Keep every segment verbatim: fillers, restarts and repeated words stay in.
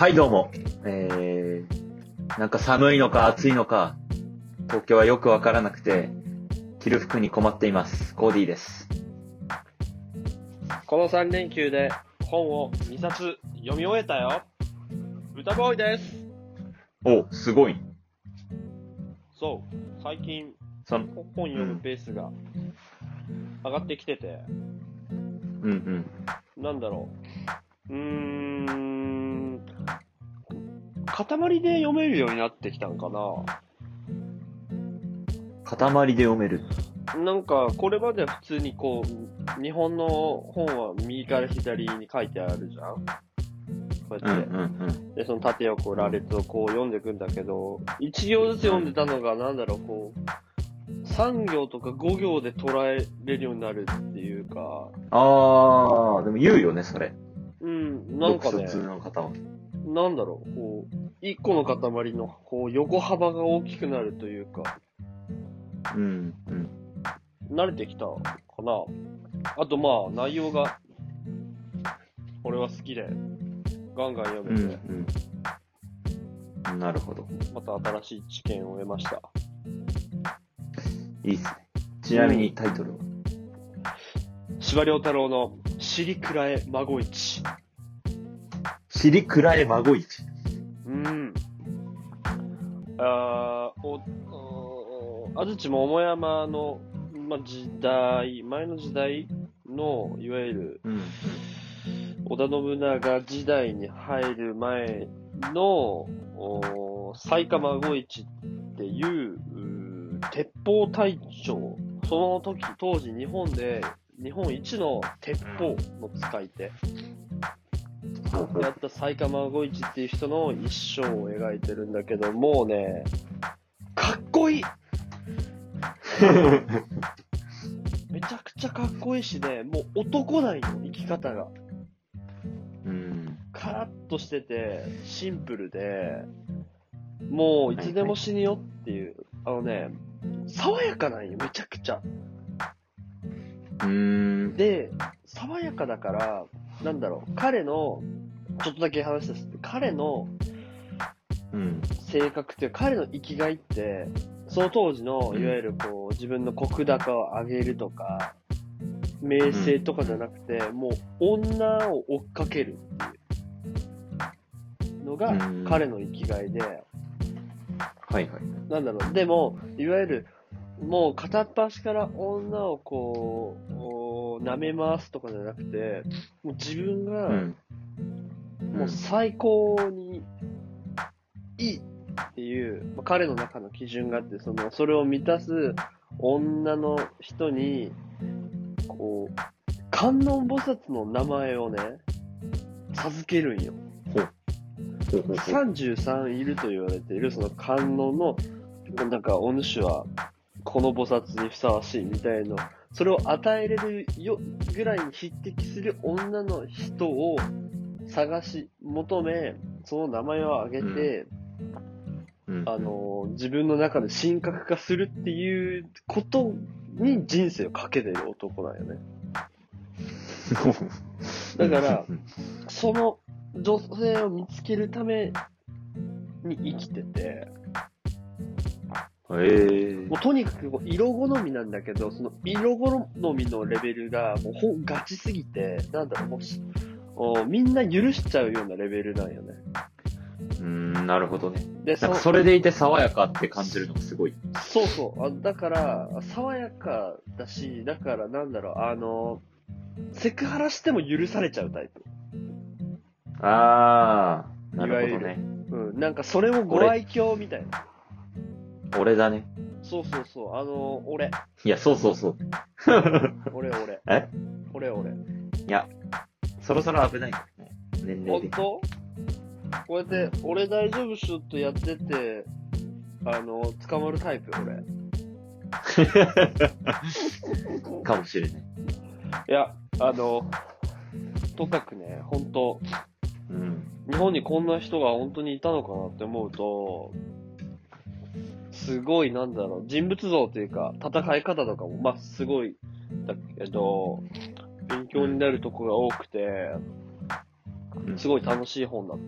はいどうも。えー、なんか寒いのか暑いのか、東京はよくわからなくて、着る服に困っています。コーディーです。 このさん連休で本をにさつ読み終えたよ。歌ボーイです。 お、すごい。 そう、最近その、 本読むペースが上がってきてて、 うんうん。 なんだろう、うーん、塊で読めるようになってきたんかな。 塊で読める。 なんかこれまで普通にこう日本の本は右から左に書いてあるじゃん。こうやって、 うんうんうん。 でその縦横羅列をこう読んでいくんだけど、一行ずつ読んでたのがなんだろう、こうさん行とかご行で捉えれるようになるっていうか、 あー、でも言うよね、それ。 うん、なんかね、 読書通の方は。 なんだろう、こう一個の塊のこう横幅が大きくなるというか、 うんうん。 慣れてきたかな。あとまあ内容が俺は好きでガンガン読うんめて、 うん。なるほど。 また新しい知見を得ました。 いいっすね。ちなみにタイトルは、 司馬遼太郎の尻くらえ孫一。 尻くらえ孫一。 うん。あーお、お安土桃山の、まあ、時代、前の時代の、いわゆる、 うんうん。 織田信長時代に入る前の、お雑賀孫一っていう、うー鉄砲隊長。その時、当時日本で、日本一の鉄砲の使い手。 ほうほうやった雑賀孫一っていう人の一生を描いてるんだけど、もうね、かっこいいめちゃくちゃかっこいいしね、もう男なんよ、生き方が。 うん。 カラッとしてて、シンプルで、もういつでも死ぬよっていう、あのね、爽やかなんよ、めちゃくちゃ。 うーん。 で、爽やかだから、なんだろう、彼の、ちょっとだけ話させて、彼のうん。 性格っていうか、彼の生きがいって、その当時の、いわゆるこう、自分の石高を上げるとか、名声とかじゃなくて、もう女を追っかけるっていうのが彼の生きがいで、 はいはい。 なんだろう、でも、いわゆる、もう片っ端から女をこう、舐め回すとかじゃなくて、もう自分が、 うん。 もう最高にいいっていう、まあ彼の中の基準があって、その、それを満たす女の人に、こう、観音菩薩の名前をね、授けるんよ。 ほうほうほう。 さんじゅうさんいると言われているその観音の、なんかお主はこの菩薩にふさわしいみたいな、それを与えれるよぐらいに匹敵する女の人を探し求め、その名前を挙げて、 うん、 あの、自分の中で神格化するっていうことに人生をかけてる男なんよね。だから、その女性を見つけるために生きてて、 へー。 もうとにかく色好みなんだけど、その色好みのレベルがもうほんガチすぎて、なんだろう、もうしおみんな許しちゃうようなレベルなんよね。 うーん、なるほどね。 で、 なんかそれでいて爽やかって感じるのがすごい。 そうそうあ。だから、爽やかだし、だからなんだろう、あの、セクハラしても許されちゃうタイプ。 あー、なるほどいわね。 うん、なんかそれもご愛嬌みたいな。 俺だね。 そうそうそう、あの、俺。 いや、そうそうそう。 俺俺。 え俺俺。 いや、そろそろ危ないよね。年齢的に。 ほんとこうやって、俺大丈夫っしょってやってて、あの、捕まるタイプ、俺。 かもしれない。 いや、あの、とかくね、ほんと、 うん。 日本にこんな人が本当にいたのかなって思うと、すごいなんだろう、人物像というか、戦い方とかも、まあ、すごい、だけど、勉強になるとこが多くて、 すごい楽しい本だった。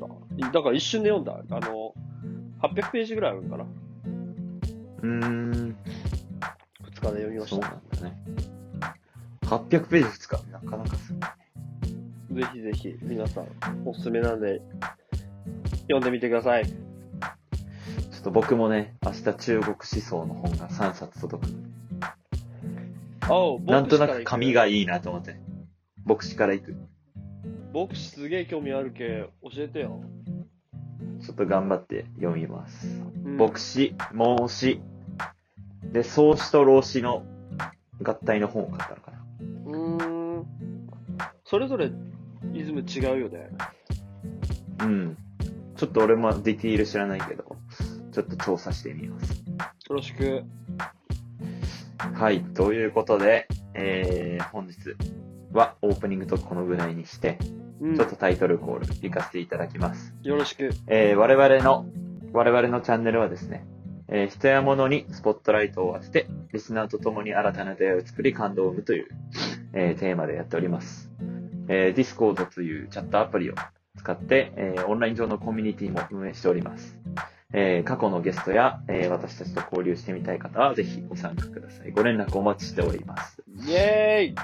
だから一瞬で読んだ。あの、はっぴゃくページぐらいあるんかな。 うーん。 ふつかで読みました。 そうなんだね。はっぴゃくページふつか。なかなかすごい。 ぜひぜひ、皆さん、おすすめなんで、読んでみてください。 ちょっと僕もね、明日中国思想の本がさんさつ届くので。 おう、 なんとなく牧師から行く紙がいいなと思って。牧師から行く。 牧師すげえ興味あるけ、教えてよ。 ちょっと頑張って読みます。 うん牧師、孟子、で、創始と老子の合体の本を買ったのかな。 うーん。それぞれ、イズム違うよね。 うん。ちょっと俺もディティール知らないけど、ちょっと調査してみます。 よろしく。 はい、ということで、えー、本日はオープニングとこのぐらいにして、 うん。 ちょっとタイトルコール行かせていただきます。 よろしく。 えー、我々の、我々のチャンネルはですね、えー、人や物にスポットライトを当てて、リスナーと共に新たな出会いを作り感動を生むという、えー、テーマでやっております。えー、Discord というチャットアプリを使って、えー、オンライン上のコミュニティも運営しております。えー、過去のゲストや、えー、私たちと交流してみたい方はぜひご参加ください。ご連絡お待ちしております。 イェー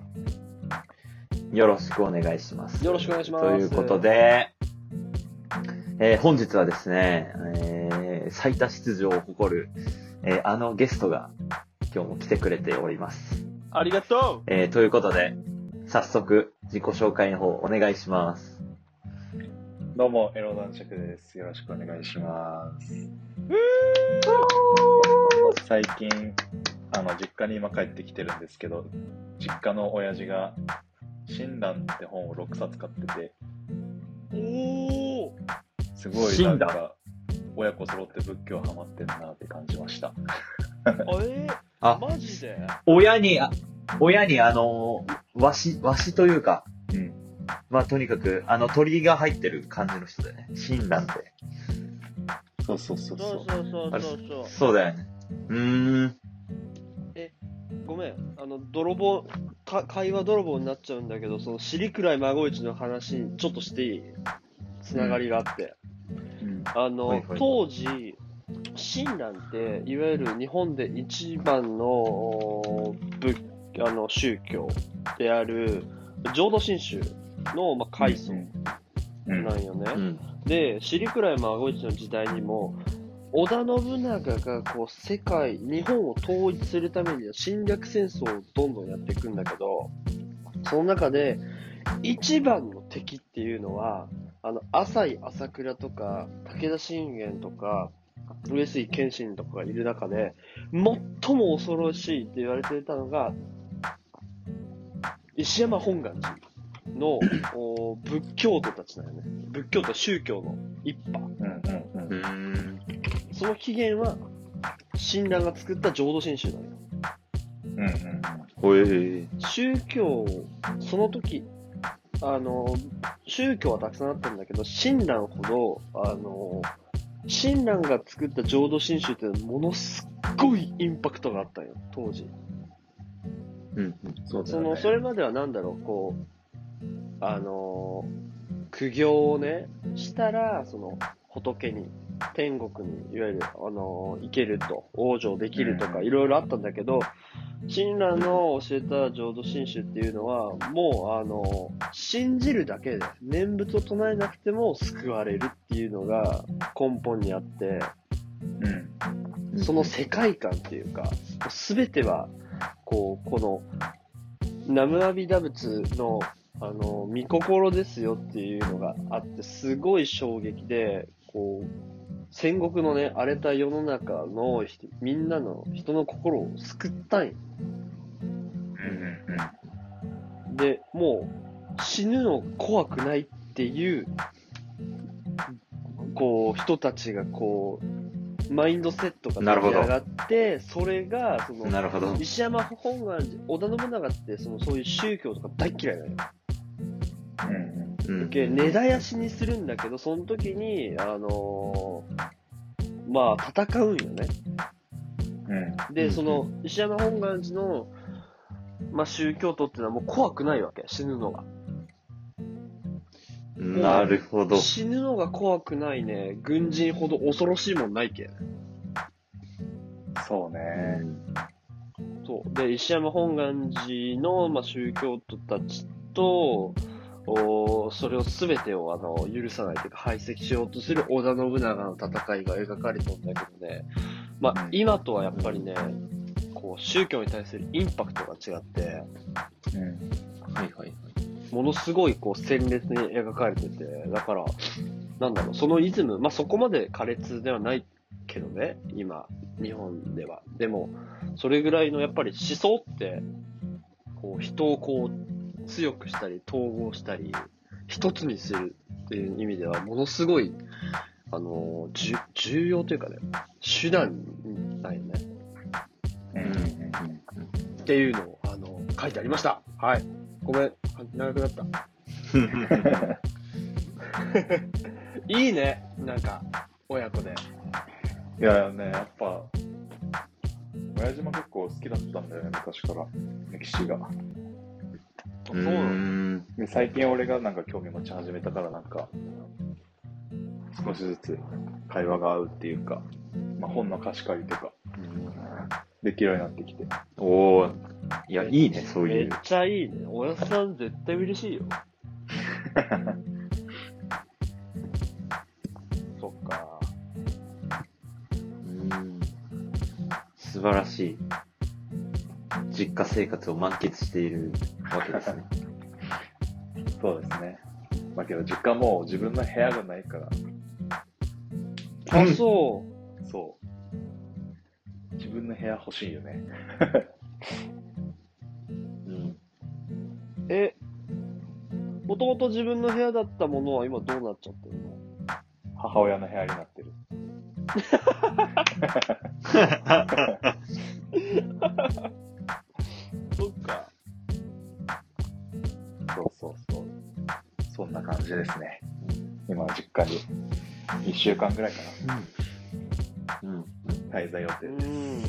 イよろしくお願いします。 よろしくお願いしますということで、えー、本日はですね、えー、最多出場を誇る、えー、あのゲストが今日も来てくれております。 ありがとえー、ということで、早速自己紹介の方お願いします。 どうも、エロ男爵です。よろしくお願いします。最近、あの、実家に今帰ってきてるんですけど、実家の親父が、親鸞って本をろくさつ買ってて、 うおーすごい親鸞なんか、親子揃って仏教ハマってんなって感じました。 あえー、 あ、 マジで親に、あ親にあの、和紙、和紙というか、 うん。 まあとにかく、あの鳥が入ってる感じの人だよね。親鸞って。 そうそうそうそうそう。 そうそうあれそうそう。 そうだよね。うーん。 ごめん、あの、泥棒、か会話泥棒になっちゃうんだけど、その、尻くらい孫一の話、ちょっとしていいつながりがあって。 うん。 あの、 はいはい当時、親鸞って、いわゆる日本で一番のお仏あの宗教である、浄土真宗の、まあ、開祖うん。 なんよね。 うん。 で、尻くらい孫一の時代にも、織田信長がこう世界、日本を統一するためには侵略戦争をどんどんやっていくんだけど、その中で一番の敵っていうのは、あの、浅井朝倉とか、武田信玄とか、上杉謙信とかがいる中で、最も恐ろしいって言われていたのが、石山本願寺のお仏教徒たちなんよね。仏教徒宗教の一派。 うんうんうんう。ーん。 その起源は、親鸞が作った浄土真宗なのよ。 うんうんほえー。 宗教、その時、あの、宗教はたくさんあったんだけど、親鸞ほど、あの、親鸞が作った浄土真宗ってものすっごいインパクトがあったんよ、当時。 うんうん。 そうだよね。 その、それまではなんだろう、こう、あの、苦行をね、したら、その、仏に、天国に、いわゆる、あの、行けると、往生できるとか、 うんいろいろあったんだけど、親鸞の教えた浄土真宗っていうのは、もう、あの、信じるだけで、念仏を唱えなくても救われるっていうのが根本にあって、 うん。 その世界観っていうか、すべては、こう、この、南無阿弥陀仏の、あの、見心ですよっていうのがあって、すごい衝撃で、こう、戦国のね、荒れた世の中の人みんなの人の心を救ったんよ。 うんうんで、もう、死ぬの怖くないっていう、こう、人たちがこう、マインドセットが出来上がって、それが、その、 なるほど。 石山本願寺、織田信長ってそのそういう宗教とか大嫌いなのよ。 うんうんうん。 で、根絶やしにするんだけど、その時に、あのーまあ、戦うんよね。 うんで、 うんその、石山本願寺の、まあ、宗教徒っていうのはもう怖くないわけ、死ぬのが。 なるほど。 死ぬのが怖くないね、軍人ほど恐ろしいもんないけん。 そうね。 そう。で、石山本願寺の、まあ、宗教徒たちと、おそれを全てをあの許さないというか排斥しようとする織田信長の戦いが描かれてるんだけどね、まあ、今とはやっぱりね、こう宗教に対するインパクトが違って、 うん。 はいはいはい。 ものすごいこう鮮烈に描かれてて、だから、なんだろう、そのイズム、まあ、そこまで苛烈ではないけどね、今、日本では。でも、それぐらいのやっぱり思想って、こう人をこう、強くしたり、統合したり、一つにするっていう意味では、ものすごい、あの、じゅ重要というかね、手段だよね。 うん。うん。 っていうのを、あの、書いてありました。はい。ごめん、長くなった。いいね、なんか、親子で。 いやね、やっぱ、親父も結構好きだったんだよね、昔から、歴史が。 そうなの。 で最近俺がなんか興味持ち始めたからなんか少しずつ会話が合うっていうか、まあ、本の貸し借りとかできるようになってきて。 おー、いや、いいね、そういうめっ。ちゃいいね。おやさん絶対嬉しいよ。そっか。 うん素晴らしい。実家生活を満喫しているわけですね。 そうですね。まあけど実家もう自分の部屋がないから。 あ、そそう。自分の部屋欲しいよね。 うん、 う。え、もともと自分の部屋だったものは今どうなっちゃってるの？ 母親の部屋になってる。 そっか。 そうそうそう。そんな感じですね。今実家にいっしゅうかんぐらいかうんうんな。滞在予定うです。 ん。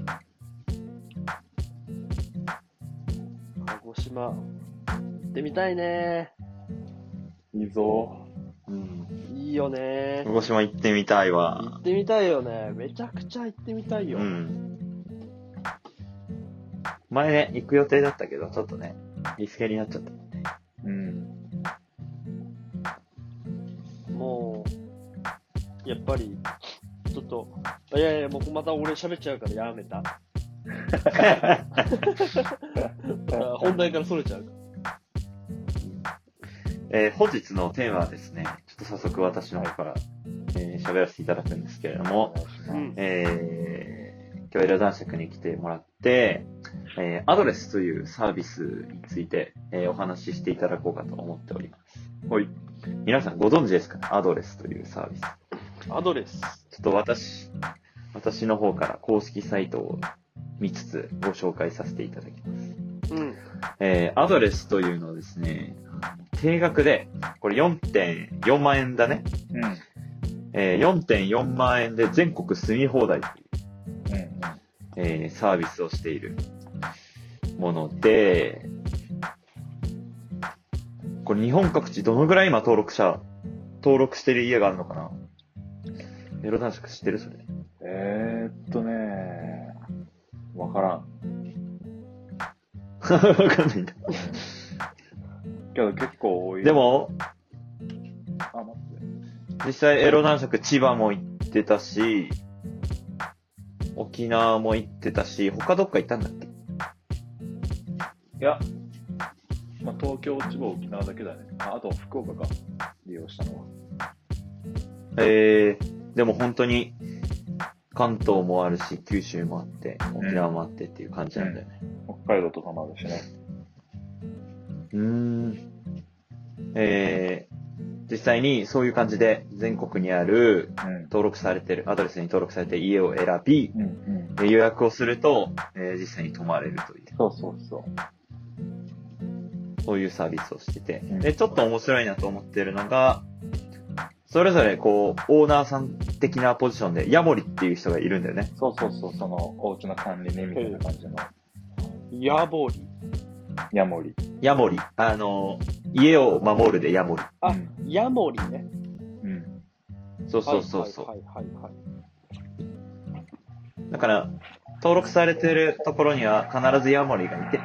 鹿児島、行ってみたいね。 いいぞ。 うんいいよね。 鹿児島行ってみたい行わっ。てみたいよね。めちゃくちゃ行ってみたいよ。 うん。前ね、行く予定だったけど、ちょっとね、リスケになっちゃったもんね。 うん。 もう、やっぱり、ちょっと、いやいや、僕また俺喋っちゃうからやめた。本題からそれちゃうから。 えー本日のテーマはですね、ちょっと早速私の方から、えー喋らせていただくんですけれども、 うん。 えー、今日エラ男爵に来てもらって、えー、アドレスというサービスについて、えーお話ししていただこうかと思っております。はい。皆さんご存知ですかね？アドレスというサービス。 アドレス。 ちょっと私、私の方から公式サイトを見つつご紹介させていただきます。 うん。 えー、アドレスというのをですね、定額で、これ よんてんよんまん円だね。 うん。うん。 えー、よんてんよんまん円で全国住み放題という、 うん。 えー、サービスをしているもので、これ日本各地どのぐらい今登録者、登録してる家があるのかな？エロ男爵知ってるそれ。 えー、っとねわからん。 わかんないんだ。 けど結構多い。 で、も、 あ、待って。 実際エロ男爵千葉も行ってたし、沖縄も行ってたし、他どっか行ったんだっけ？ いや、まあ、東京、千葉、沖縄だけだね。あ、あと福岡か。利用したのは。 えー、でも本当に関東もあるし、九州もあって、沖縄もあってっていう感じなんだよね。 北海道とかもあるしね。 うーん。えー、実際にそういう感じで全国にあるうん。 登録されてる、アドレスに登録されてる家を選び、 うんうん。 えー予約をすると、えー実際に泊まれるという、 そうそうそう。 そういうサービスをしてて、 うんで、ちょっと面白いなと思ってるのが、それぞれこう、オーナーさん的なポジションで、ヤモリっていう人がいるんだよね。 そうそうそう、その、お家の管理人みたいな感じの、 ヤボリ。 ヤモリ。 ヤモリ。あの、 家を守るでヤモリ。 あ、 うんヤモリね。 うん。 そうそうそうそう。 はいはいはいはい。 だから、登録されてるところには必ずヤモリがいて、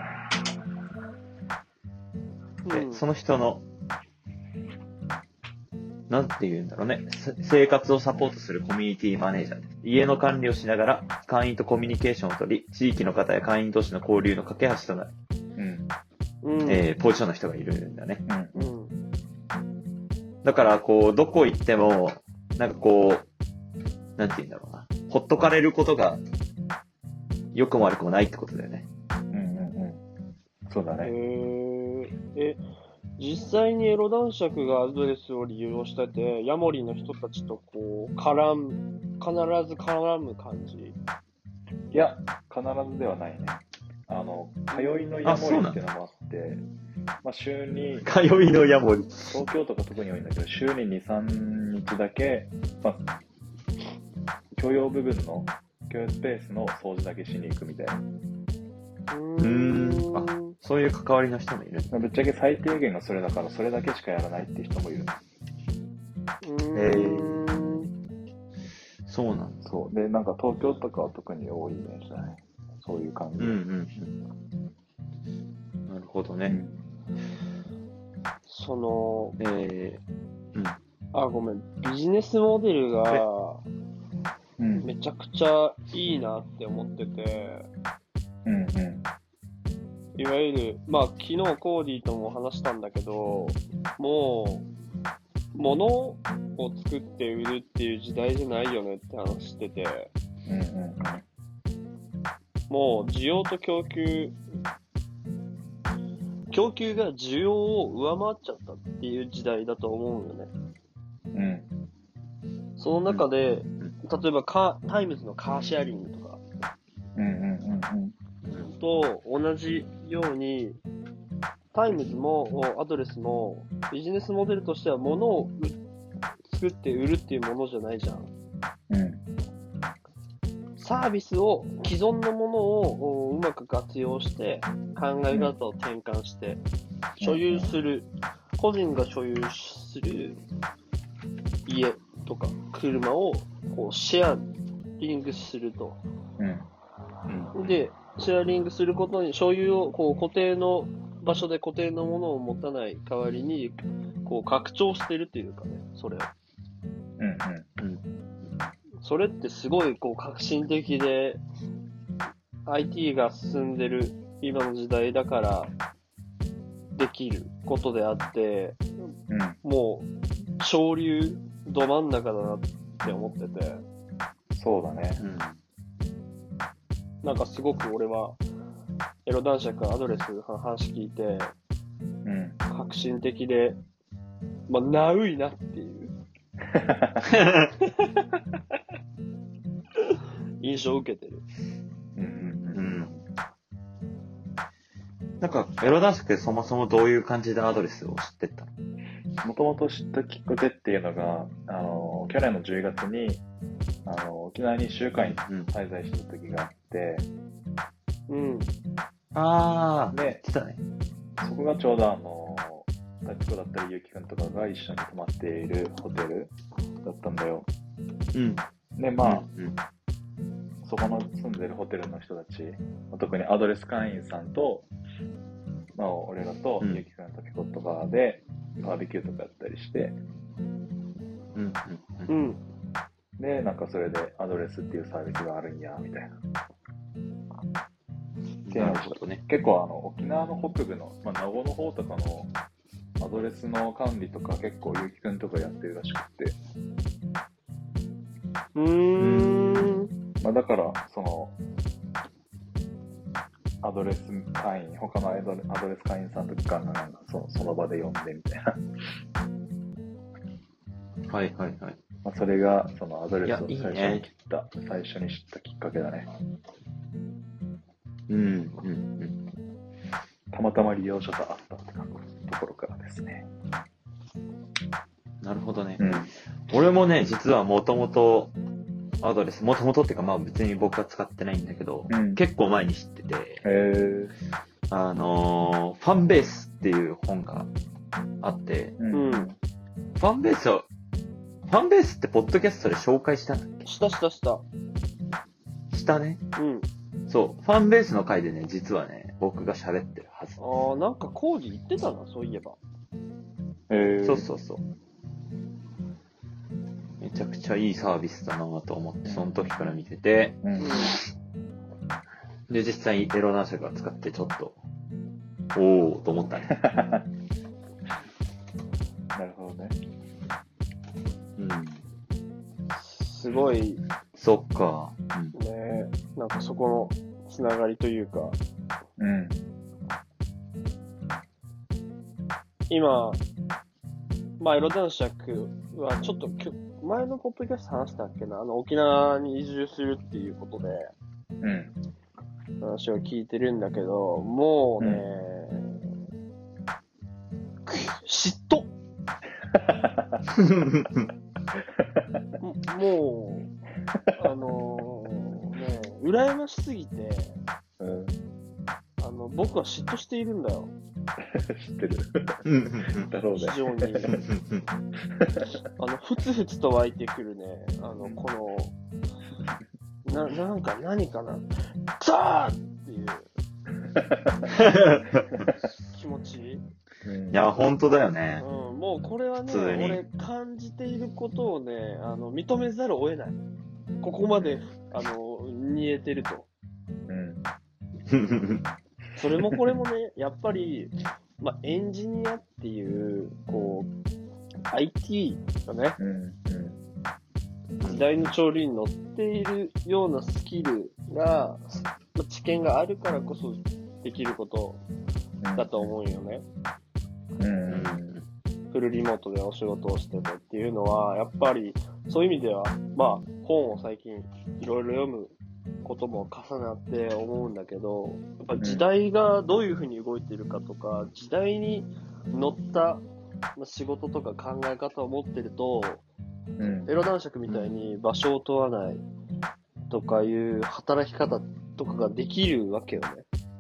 で、 うんその人の、なんて言うんだろうね、せ生活をサポートするコミュニティマネージャーです。家の管理をしながら、会員とコミュニケーションを取り、地域の方や会員同士の交流の架け橋となる、 うん。 うん。 えーポジションの人がいるんだね。 うん。 うん。 だから、こう、どこ行っても、なんかこう、なんて言うんだろうな、ほっとかれることが、良くも悪くもないってことだよね。 うんうんうん。そうだへね。 ーえ、実際にエロ男爵がアドレスを利用してて、ヤモリの人たちとこう、絡む、必ず絡む感じ。 いや、必ずではないね。あの、通いのヤモリっていうのもあって、まあ、週に、 通いのヤモリ。 東京とか特に多いんだけど、週にに、さんにちだけ、まあ、共用部分の、共用スペースの掃除だけしに行くみたいな。 ううーんあそういう関わりの人もいるんだ。 まあぶっちゃけ最低限がそれだから、それだけしかやらないっていう人もいる。 へーそうなんだ。 そう。で、なんか東京とかは特に多いイメージだね。そういう感じ。 うんうんうん。なるほどね。 その、 えー、うん。 あ、ごめん。ビジネスモデルがうん。 めちゃくちゃいいなって思ってて、 うんうん。 いわゆる、まあ昨日コーディーとも話したんだけど、もう、物を作って売るっていう時代じゃないよねって話してて、 うんうんもう需要と供給、供給が需要を上回っちゃったっていう時代だと思うよね。 うん。うん。 その中で、例えばカータイムズのカーシェアリングとかうんうんうんと同じように、タイムズもアドレスもビジネスモデルとしては物を作って売るっていうものじゃないじゃん。 うん。うん。 サービスを、既存のものをうまく活用して考え方を転換して所有する、個人が所有する家とか車をこうシェアリングすると。 うん。 で、シェアリングすることに所有をこう固定の場所で固定のものを持たない代わりにこう拡張してるっていうかね、それを。 うんうん。 それってすごいこう革新的で アイティー が進んでる今の時代だからできることであって、 うん。 もう潮流ど真ん中だなって思ってて、 そうだね。 うん。 なんかすごく俺はエロ男爵アドレスの話聞いてうん。 革新的で、まあ、ナウいなっていう印象を受けてる。 うんうん。なんか、エロ男爵ってそもそもどういう感じでアドレスを知ってったの？ うん。もともと知ったきっかけっていうのが、あの、去年のじゅうがつに、あの、沖縄にいっしゅうかんうん。 滞在した時があって、 うん。 あー、言っで、 てたね。 そこがちょうどあの、タチコだったりゆうきくんとかが一緒に泊まっているホテルだったんだよ。 うん。 で、まあ、 うん。 そこの住んでるホテルの人たち、特にアドレス会員さんと、まあ、俺らとうんゆうきくんとピコットバーでバーベキューとかやったりして、 うん。 ううん。 ん。 で、なんかそれでアドレスっていうサービスがあるんや、みたいな。 なるほどね。 結構あの、沖縄の北部の、まあ、名護の方とかのアドレスの管理とか結構ゆうきくんとかやってるらしくて、 うーん。 まあ、だから、その、アドレス会員、他のアドレアドレス会員さんとかがなんかそその場で呼んでみたいな。 はいはいはい。 まあ、それが、そのアドレスをいやいいね最初に切った、最初に知ったきっかけだね。 うん。うん。うん。 たまたま利用者があったってところからですね。 なるほどね。 うん。 俺もね、実はもともと、アドレス、もともとっていうかまあ別に僕は使ってないんだけど、 うん結構前に知ってて、 へえ。 あのー、ファンベースっていう本があって、 ううん。 ファンベースは、ファンベースってポッドキャストで紹介したんだっしたしたした。 け？したね。 うん。 そう。ファンベースの回でね、実はね、僕が喋ってるはず。 ああ、なんか講義言ってたな、そういえば。 えー、 そうそうそう。めちゃくちゃいいサービスだなと思って、その時から見てて、 うん。 うん。 で、実際エロ男爵が使ってちょっと、おーと思ったね。 なるほどね。 うん。 すごい、 そっか。うん。 ね、なんかそこのつながりというか、 うん。 今、まあ、エロ男爵はちょっときょ前のポッドキャスト話したっけな、あの、沖縄に移住するっていうことでうん。 話を聞いてるんだけど、もうね、く嫉妬ももう、あのー、ね、羨ましすぎて、 うん。 あの、僕は嫉妬しているんだよ。 知ってる。だろうね。 非常に。あの、ふつふつと湧いてくるね、あの、この、な、なんか何かな、ザーっていう気持ち。 うんいや、ほんとだよね。 うん、もうこれはね、 普通に俺感じていることをね、あの、認めざるを得ない。ここまで、あの、煮えてると。 うん。 それもこれもね、やっぱり、まあ、エンジニアっていう、こう、アイティー のね、 うん。うん。 時代の潮流に乗っているようなスキルが、まあ知見があるからこそできることだと思うよね。 うん。う。 うんフルリモートでお仕事をしててっていうのは、やっぱりそういう意味では、まあ、本を最近いろいろ読むことも重なって思うんだけど、やっぱ時代がどういうふうに動いているかとか、時代に乗ったまあ仕事とか考え方を持ってると、 うん。 エロ男爵みたいに場所を問わないとかいう働き方とかができるわけよね。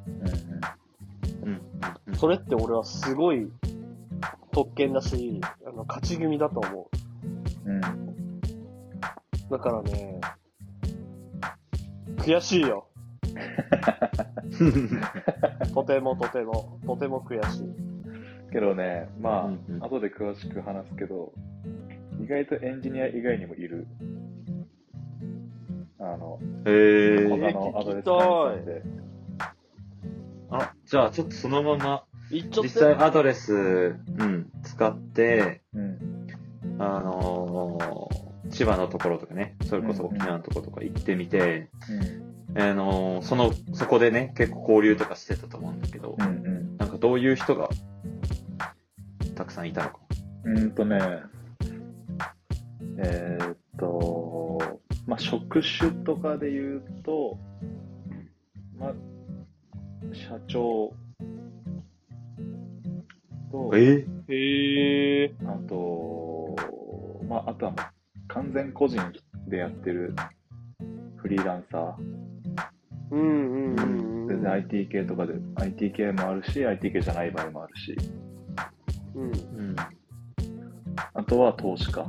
うんうんそれって俺はすごい特権だし、あの勝ち組だと思うん。 う。だからね、悔しいよ。とてもとても、とても悔しい。 けどね、まあ、 うんうん後で詳しく話すけど、意外とエンジニア以外にもいる。あの、 へー。 他のアドレス会社で。 あ、じゃあちょっとそのまま、 言っちゃって。 実際アドレス、うん、使って、 うん。 あのー千葉のところとかね、それこそ沖縄のところとか行ってみて、 うん。 あのーその、そこでね、結構交流とかしてたと思うんだけど、 うん。うん。 なんかどういう人がたくさんいたのか。 うーんとね、えーっと、まあ、職種とかで言うと、まあ、社長と、 えへえ。 あと、まあ、あとはもう完全個人でやってるフリーランサー、 うんうんうんうん。 全然 アイティー 系とかで、アイティー 系もあるし、アイティー 系じゃない場合もあるし、 うん。 うん。 あとは投資家。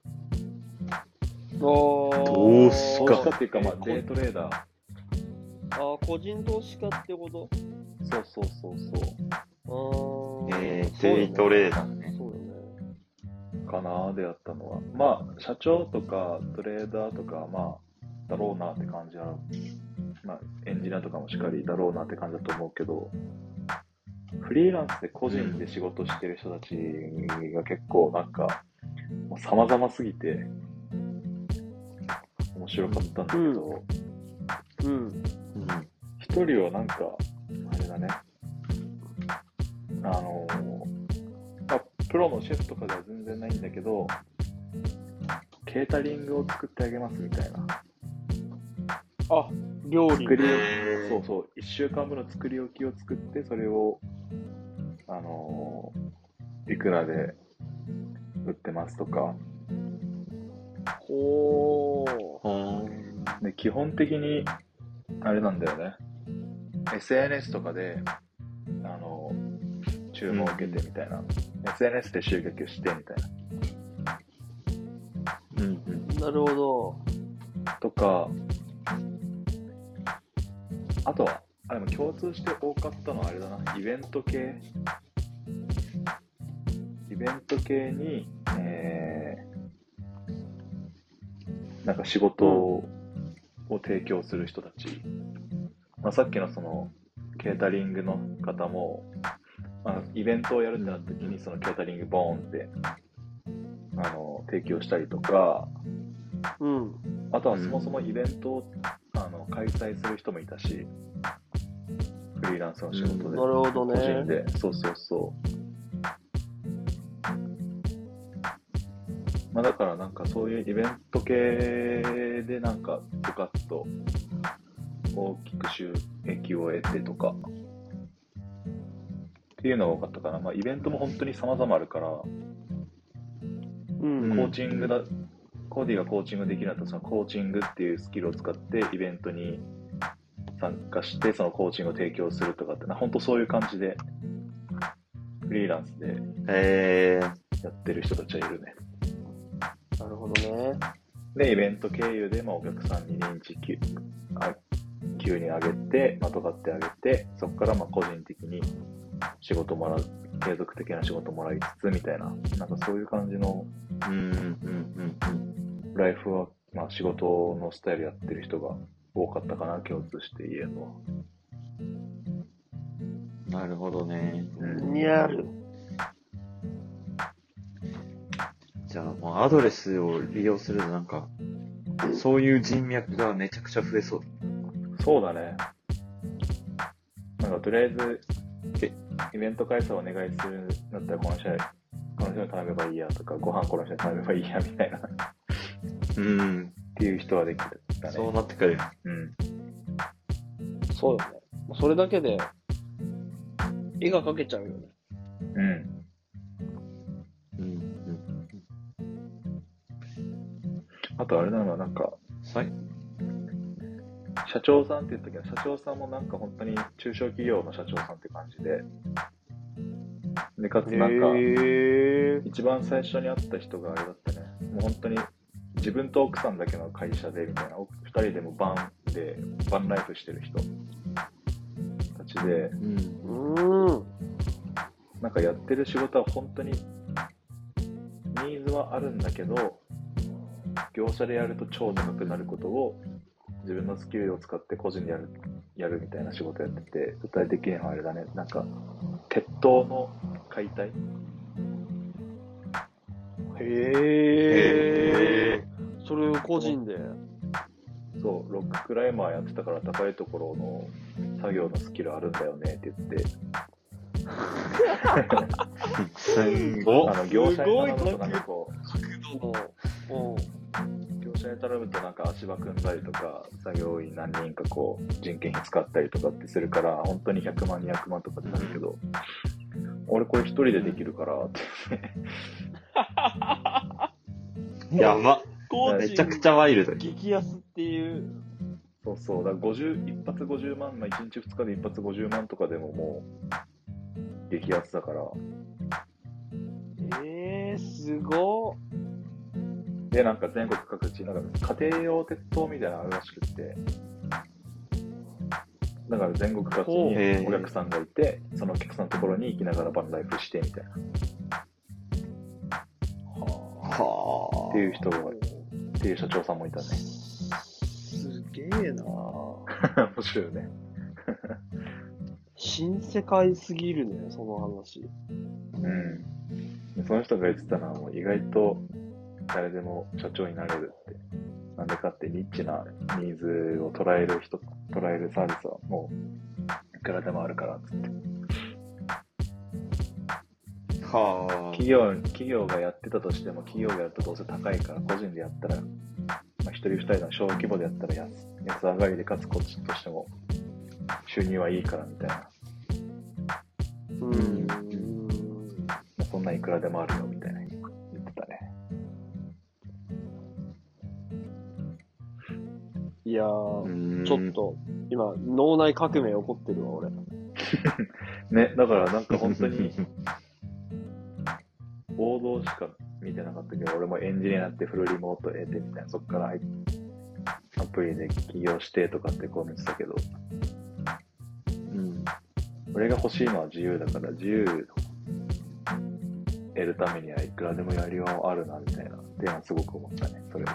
投投資家投資家っていうか、まあ、デートレーダー。 あー、個人投資家ってことそうそうそうそあーえー、 そうよねデイトレーダーね。 そうよね。 うかなでやったのは。まあ、社長とかトレーダーとか、まあ、だろうなって感じは、まあ、エンジニアとかもしっかりだろうなって感じだと思うけど、フリーランスで個人で仕事してる人たちが結構なんか、もう様々すぎて、面白かったんだけど、 うん。 うん。 一人はなんか、あれだね、あの、まあ、プロのシェフとかでは全然ないんだけど、ケータリングを作ってあげますみたいな。 あ、料理。 作り置へーき、そうそう、一週間分の作り置きを作って、それを、あのーいくらで売ってますとか。 ほー。 ほーで、基本的に、あれなんだよね。エスエヌエス とかで、あのー注文を受けてみたいな、エスエヌエス で集客してみたいな。 うんうん。 なるほど。 とか、あとは、あ、でも共通して多かったのはあれだな、イベント系。イベント系に、えー、なんか仕事を提供する人たち。まあ、さっきのその、ケータリングの方も、まあ、イベントをやるってなった時に、そのケータリングボーンって、あの、提供したりとか、 うん。 あとはそもそもイベントを、あの開催する人もいたし、フリーランスの仕事で、 うんなるほどね個人で、そうそうそう。まあだからなんかそういうイベント系でなんかドカッと大きく収益を得てとかっていうのが多かったかな。まあイベントも本当に様々あるから、 うん。 コーチングだ、コーディがコーチングできるんだとそのコーチングっていうスキルを使ってイベントに参加してそのコーチングを提供するとかってな、本当そういう感じでフリーランスでえー、 やってる人たちはいるね。 なるほどね。 で、イベント経由で、まあ、お客さんに認知急あ急に上げて、まとがってあげて、そこからまあ個人的に仕事もらう、継続的な仕事もらいつつみたいな、なんかそういう感じのうんうんうんライフは、まあ、仕事のスタイルやってる人が多かったかな、共通して言えるのは。 うん。なるほどね。 うん。 にある。 じゃあもうアドレスを利用するとなんか、そういう人脈がめちゃくちゃ増えそう。 そうだね。なんかとりあえず、えイベント開催お願いするんだったらこの人に、この人に頼めばいいやとか、ご飯この人に頼めばいいやみたいなっうん。 ていう人はできるんだね。 そうなってくる。 うん。 そうだね。それだけで、絵が描けちゃうよね。 うん。 うんうん。 あとあれなのはなんか、 はい。 社長さんって言ったけど、社長さんもなんか本当に中小企業の社長さんって感じで、で、かつなんか、 へ一番最初に会った人があれだったね。もう本当に自分と奥さんだけの会社でみたいな、二人でもバンで、バンライフしてる人たちで、 うん。 ー。うん。 なんかやってる仕事は本当にニーズはあるんだけど、業者でやると超高くなることを自分のスキルを使って個人でやる、やるみたいな仕事やってて、具体的にはあれだね、なんか鉄塔の解体へへえ。それを個人で。 そう、ロッククライマーやってたから高いところの作業のスキルあるんだよねって言って、 すんごあの業者に頼むとなんかこ角度の。 う、業者に頼むとなんか足場組んだりとか、作業員何人かこう人件費使ったりとかってするから、本当にひゃくまん、にひゃくまんとかってなるけど、俺これ一人でできるからってやば。 コーチめちゃくちゃワイルド。 激安っていう。 そうそう、だからごじゅう、一発ごじゅうまん、まあ、いちにちふつかで一発ごじゅうまんとかでももう、激安だから。 えー、すごっ。 で、なんか全国各地、なんか家庭用鉄塔みたいなのあるらしくって、だから全国各地にお客さんがいて、そのお客さんのところに行きながらバンライフしてみたいな。 はっていう人が、っていう社長さんもいたね。 すげえなぁ。 面白いよね。 新世界すぎるね、その話。 うん。その人が言ってたのはもう意外と誰でも社長になれるって。なんでかってニッチなニーズを捉える人、捉えるサービスはもういくらでもあるからっつって。 は企業、企業がやってたとしても企業がやるとどうせ高いから個人でやったら、まあ、一人二人の小規模でやったら安、安上がりでかつこっちとしても収入はいいからみたいな。 うーん。 そんなんいくらでもあるよみたいな言ってたね。 いやあ。 ー、ちょっと、今、脳内革命起こってるわ、俺。 ね、だからなんか本当に王道しか見てなかったけど、俺もエンジニアになってフルリモート得てみたいな、そっから入っアプリで起業してとかってこう見てたけど、 うん。 俺が欲しいのは自由だから、自由得るためにはいくらでもやりようあるなみたいなっていうのはすごく思ったね、それで。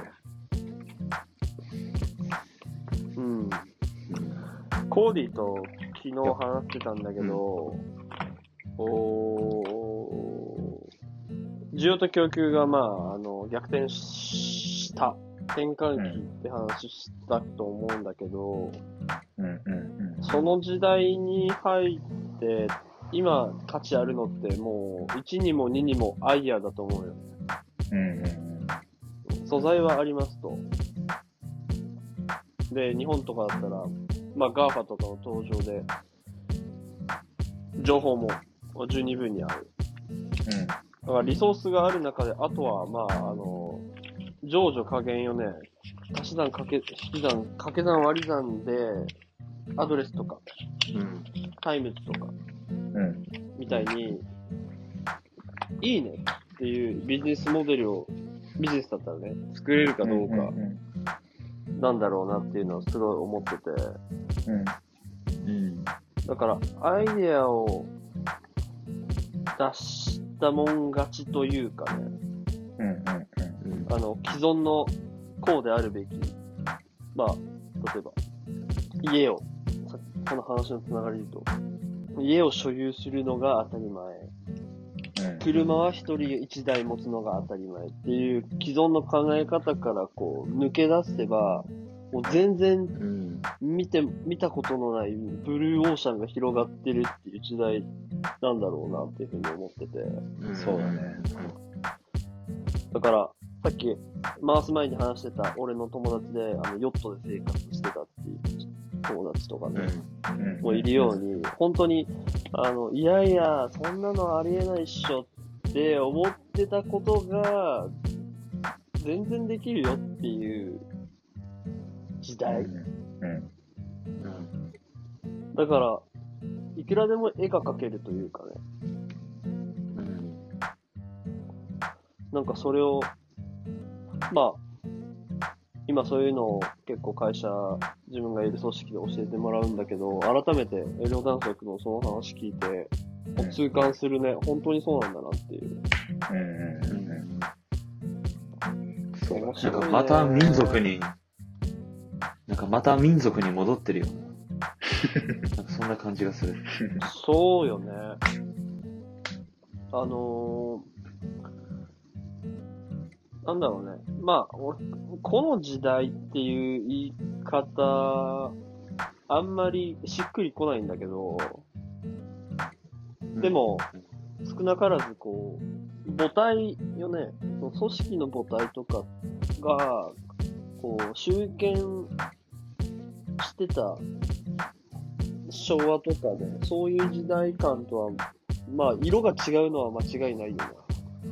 うん。コーディと昨日話してたんだけど、うん、お需要と供給がまあ、あの、逆転した転換期って話したと思うんだけど、 うんうんうん、 その時代に入って、今価値あるのってもういちにもににもアイデアだと思うよね。 うんうんうん、 素材はありますと。で、日本とかだったら、まあ ガーファ とかの登場で、情報も十二分にある。うん。だからリソースがある中で、あとはまあ、あの、乗除加減よね。足し算掛け、引き算、掛け算割り算で、アドレスとか、うん、タイムズとか、うん、みたいに、いいねっていうビジネスモデルを、ビジネスだったらね、作れるかどうか、なんだろうなっていうのをすごい思ってて、うん。うん、だから、アイデアを出したもん勝ちというかね、うんうんうん、あの、既存のこうであるべき、まあ、例えば、家を、この話のつながりで言うと、家を所有するのが当たり前。車は一人一台持つのが当たり前っていう既存の考え方からこう抜け出せば、もう全然見て、見たことのないブルーオーシャンが広がってるっていう時代なんだろうなっていうふうに思ってて。 うん、そうだね。 だから、さっき回す前に話してた俺の友達であのヨットで生活してたっていう友達とかね、うん、もういるように、本当に、あの、いやいや、そんなのありえないっしょって思ってたことが、全然できるよっていう時代。うんうんうん、だから、いくらでも絵が描けるというかね。うん、なんかそれを、まあ、今そういうのを結構会社、自分がいる組織で教えてもらうんだけど、改めてエロ男爵のその話聞いて、痛感するね。本当にそうなんだなっていう。うんうんうん。そう、 なんかまた民族に、なんかまた民族に戻ってるよ。なんかそんな感じがする。 そうよね。あのー、なんだろうね。まあ、この時代っていう言い方、あんまりしっくりこないんだけど、でも、少なからずこう、母体よね、組織の母体とかが、こう、集権してた昭和とかで、ね、そういう時代感とは、まあ、色が違うのは間違いないよな。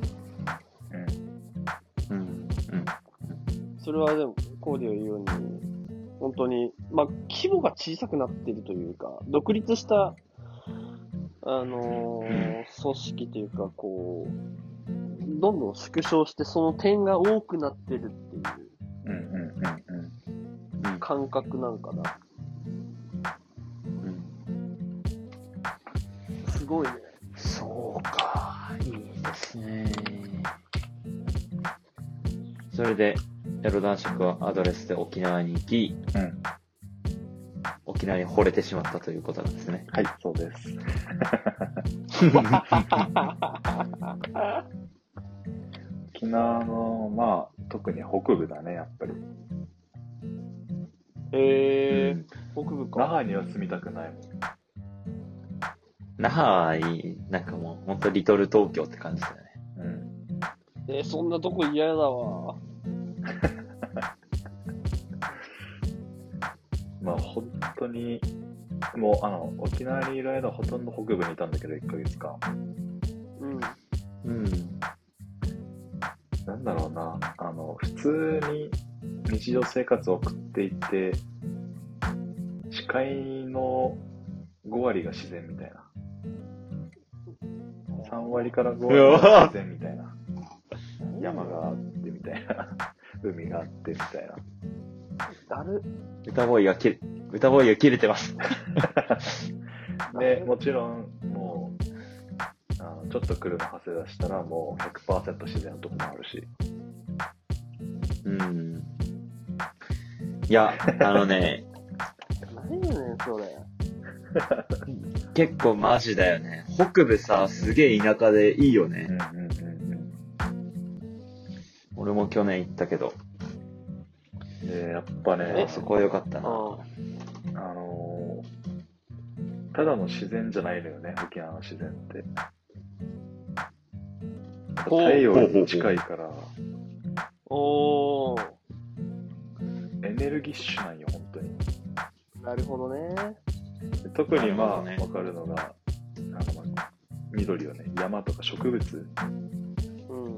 うん。うん。うん。それはでも、コーディが言うように、本当に、まあ、規模が小さくなっているというか、独立した、あのー、組織というか、こう、どんどん縮小して、その点が多くなってるっていう、うんうんうんうん、感覚なんかな。うん。すごいね。 そうか、いいですね。それで、エロ男爵はアドレスで沖縄に行き、うん、沖縄に惚れてしまったということなんですね。 はい、そうです。沖縄の、まあ、特に北部だね、やっぱり。 えー、うん、北部か。 那覇には住みたくないもん。 那覇はいい、なんかもう、ほんとリトル東京って感じだよね。うん。 えー、そんなとこ嫌だわ。 まあ、本当に、もう、あの、沖縄にいる間ほとんど北部にいたんだけど、いっかげつかん。うん。うん。なんだろうな、あの、普通に日常生活を送っていて、視界のご割が自然みたいな。 さん割からご割が自然みたいな。山があってみたいな。海があってみたいな。 だる。 歌声が切れ、歌声が切れてます。 で、もちろん、もう、あのちょっと来るの派生出したら、もう ひゃくパーセント 自然のとこもあるし。 うん。いや、あのね、 何やねん、それ。 結構マジだよね。北部さ、すげえ田舎でいいよね。 うんうんうんうん。 俺も去年行ったけど、 で、やっぱね、 そこは良かったな。 ああのー、ただの自然じゃないのよね、沖縄の自然って。 ほう太陽に近いから、 おー。 エネルギッシュなんよ、本当に。 なるほどね。 で特にまあ、わ、 なるほどねかるのが、あの、まあ、緑よね、山とか植物うん。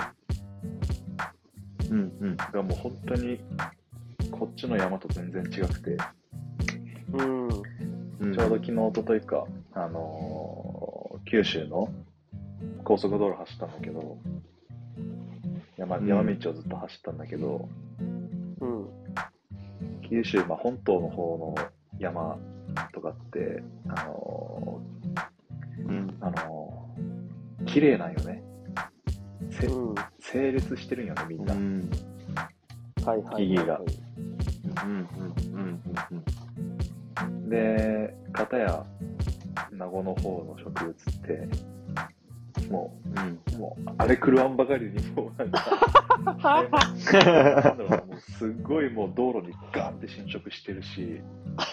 うんうん。 がもう本当に、こっちの山と全然違くて、 うん。 うん、 ちょうど昨日、一昨日か、あのー、九州の高速道路走ったんだけど、山うん山道をずっと走ったんだけど、 うん。 九州、まあ、本島の方の山とかって、あのうんー、あのー、綺麗なんよね。せうん。 整列してるんよね、みんな。 うんはいはい。 木々がうんうんうんで、片や名護の方の植物って、もうんう、もう、あれ狂わんばかりに、もうなんか、なんだろうな、もうすっごいもう道路にガーンって侵食してるし、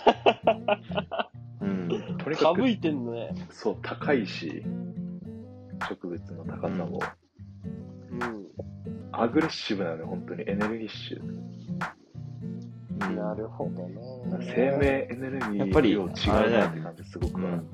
うんとにかくかぶ、いてんのね。 そう、高いし、植物の高さも、 うん。 アグレッシブなのよ、本当にエネルギッシュ。 うん。 なるほどね。 生命エネルギーやっぱり量違うなって感じすごくある。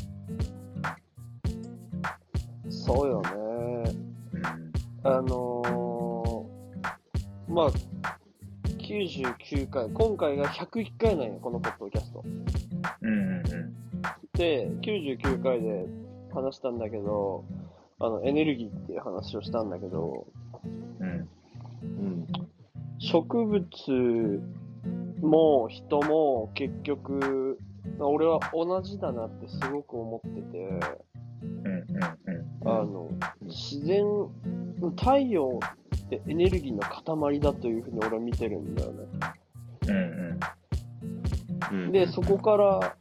そうよね。 うん。 あのー、まあ、きゅうじゅうきゅうかい、今回がひゃくいっかいなんよ、このポッドキャスト。 うんうんうん。 で、きゅうじゅうきゅうかいで話したんだけど、あの、エネルギーっていう話をしたんだけど、 うん。 うん植物も人も結局、俺は同じだなってすごく思ってて、 うんうんうん。 あの、自然、太陽ってエネルギーの塊だというふうに俺は見てるんだよね。 うんうん。 うんで、そこから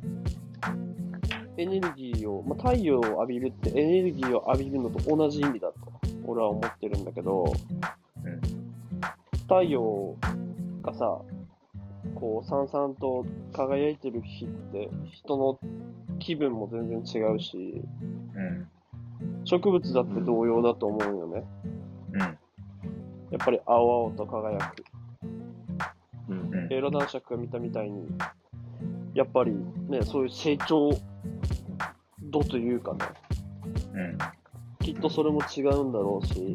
エネルギーを、まあ、太陽を浴びるってエネルギーを浴びるのと同じ意味だと俺は思ってるんだけど、 うん太陽がさ、こう、さんさんと輝いてる日って人の気分も全然違うし、 うん植物だって同様だと思うよね。 うんやっぱり青々と輝く。 うんうんエロ男爵が見たみたいに、やっぱりね、そういう成長度というかね、 うんきっとそれも違うんだろうし、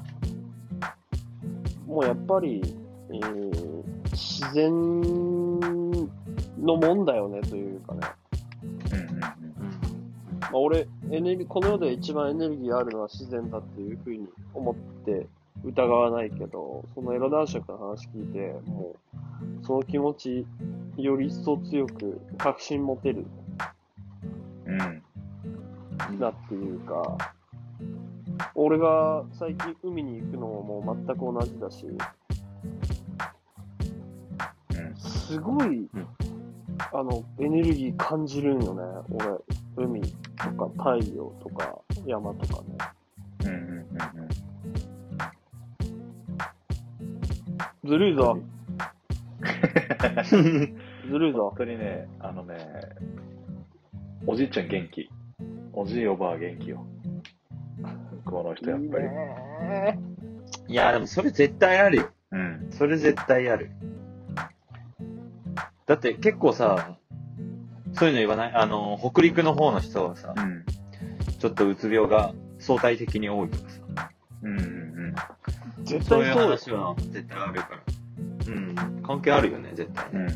もうやっぱり、えー自然のもんだよねというかね。 うんまあ、俺エネルギー、この世で一番エネルギーあるのは自然だっていうふうに思って疑わないけど、そのエロ男爵の話聞いて、もう、その気持ち、より一層強く確信持てるうんなっていうか、俺が最近海に行くのももう全く同じだし、すごい、 んあの、エネルギー感じるんよね。俺、海とか太陽とか山とかね。 うんうんうんずるいぞ。ずるいぞ本。当にね、あのね、おじいちゃん元気。おじいおばあ元気よ。向こうの人やっぱり。 いいねいや、でもそれ絶対あるよ。 うん。 それ絶対ある。だって結構さ、そういうの言わないあの、北陸の方の人はさう、ん。 ちょっとうつ病が相対的に多いとかさ、 うんうん絶そういう対そうよ。 話は絶対あるから。うん。関係あるよね、絶対ね。 うん。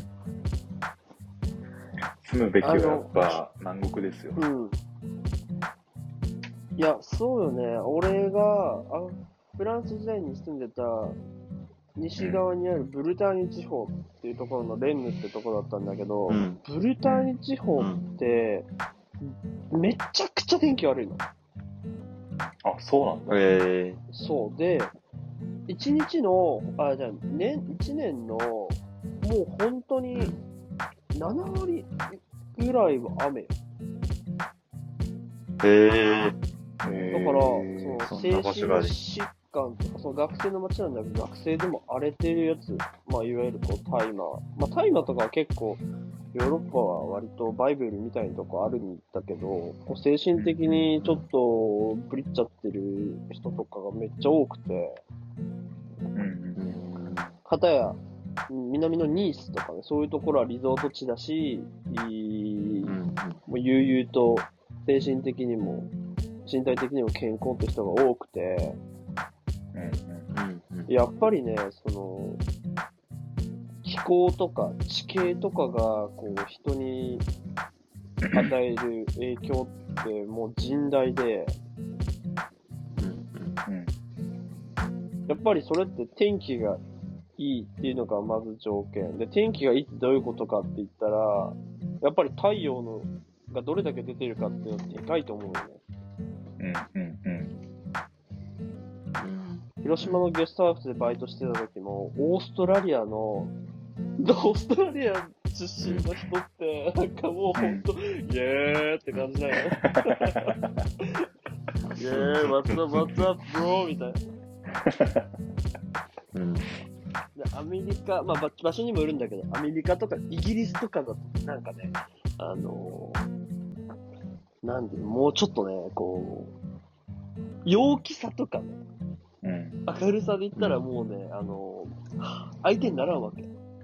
住むべきはやっぱ南国ですよ。 うん。 いや、そうよね。俺があフランス時代に住んでた西側にあるブルターニュ地方っていうところのレンヌってところだったんだけど、 うん。 ブルターニュ地方ってめちゃくちゃ天気悪いの。 あ、そうなんだ。 えそうで、一日の、あ、じゃあ年、一年の、もう本当になな割ぐらいは雨よ。 ー、えへだから、 ーそのそんな場精所がある神疾患とか、その学生の街なんだけど、学生でも荒れてるやつ、まあ、いわゆるこう、大麻。まあ、大麻とかは結構、ヨーロッパは割とバイブルみたいなとこあるんだけど、こう精神的にちょっとブリっちゃってる人とかがめっちゃ多くて、 うんー、うん。 かたや、南のニースとかね、そういうところはリゾート地だし、いいうん。 もう悠々と精神的にも身体的にも健康って人が多くて、 うんうんうん。うん。 やっぱりね、その、気候とか地形とかがこう人に与える影響ってもう甚大で、 うん。 うんやっぱりそれって天気がいいっていうのがまず条件で、天気がいいってどういうことかって言ったら、やっぱり太陽のがどれだけ出てるかっていうのはでかいと思うよね。 うんうんうん広島のゲストハウスでバイトしてた時も、オーストラリアの、オーストラリア出身の人って、なんかもうほんと、イエーって感じだよ。イエー、what's up, what's up, bro? みたいな。 うん。 でアメリカ、まあ場場所にもよるんだけど、アメリカとかイギリスとかだと、なんかね、あのー、なんで、もうちょっとね、こう、陽気さとかね、 うん明るさで言ったらもうね、あのー、相手にならんわけ。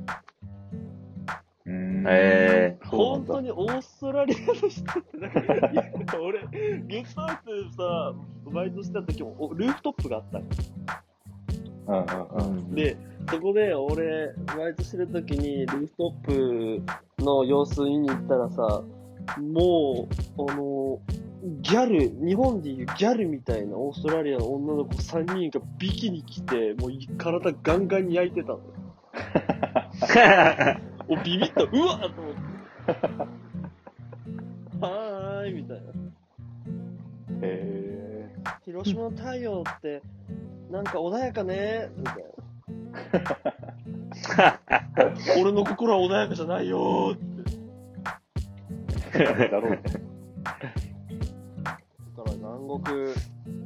うんえそうなんだ本当にオーストラリアの人ってなんか、いや俺、ゲストハウスでさ、バイトしてた時も、おルーフトップがあったの。 うんうんー。 うんん。 で、そこで俺、バイトしてる時に、ルーフトップの様子見に行ったらさ、もう、あの、ギャル、日本でいうギャルみたいなオーストラリアの女の子さんにんがビキに来て、もう体ガンガンに焼いてたの。お、ビビった、うわっと思って。はーい、みたいな。 へ広島の太陽って、なんか穏やかね、みたいな。俺の心は穏やかじゃないよーって。 ーだろうねだから南国、う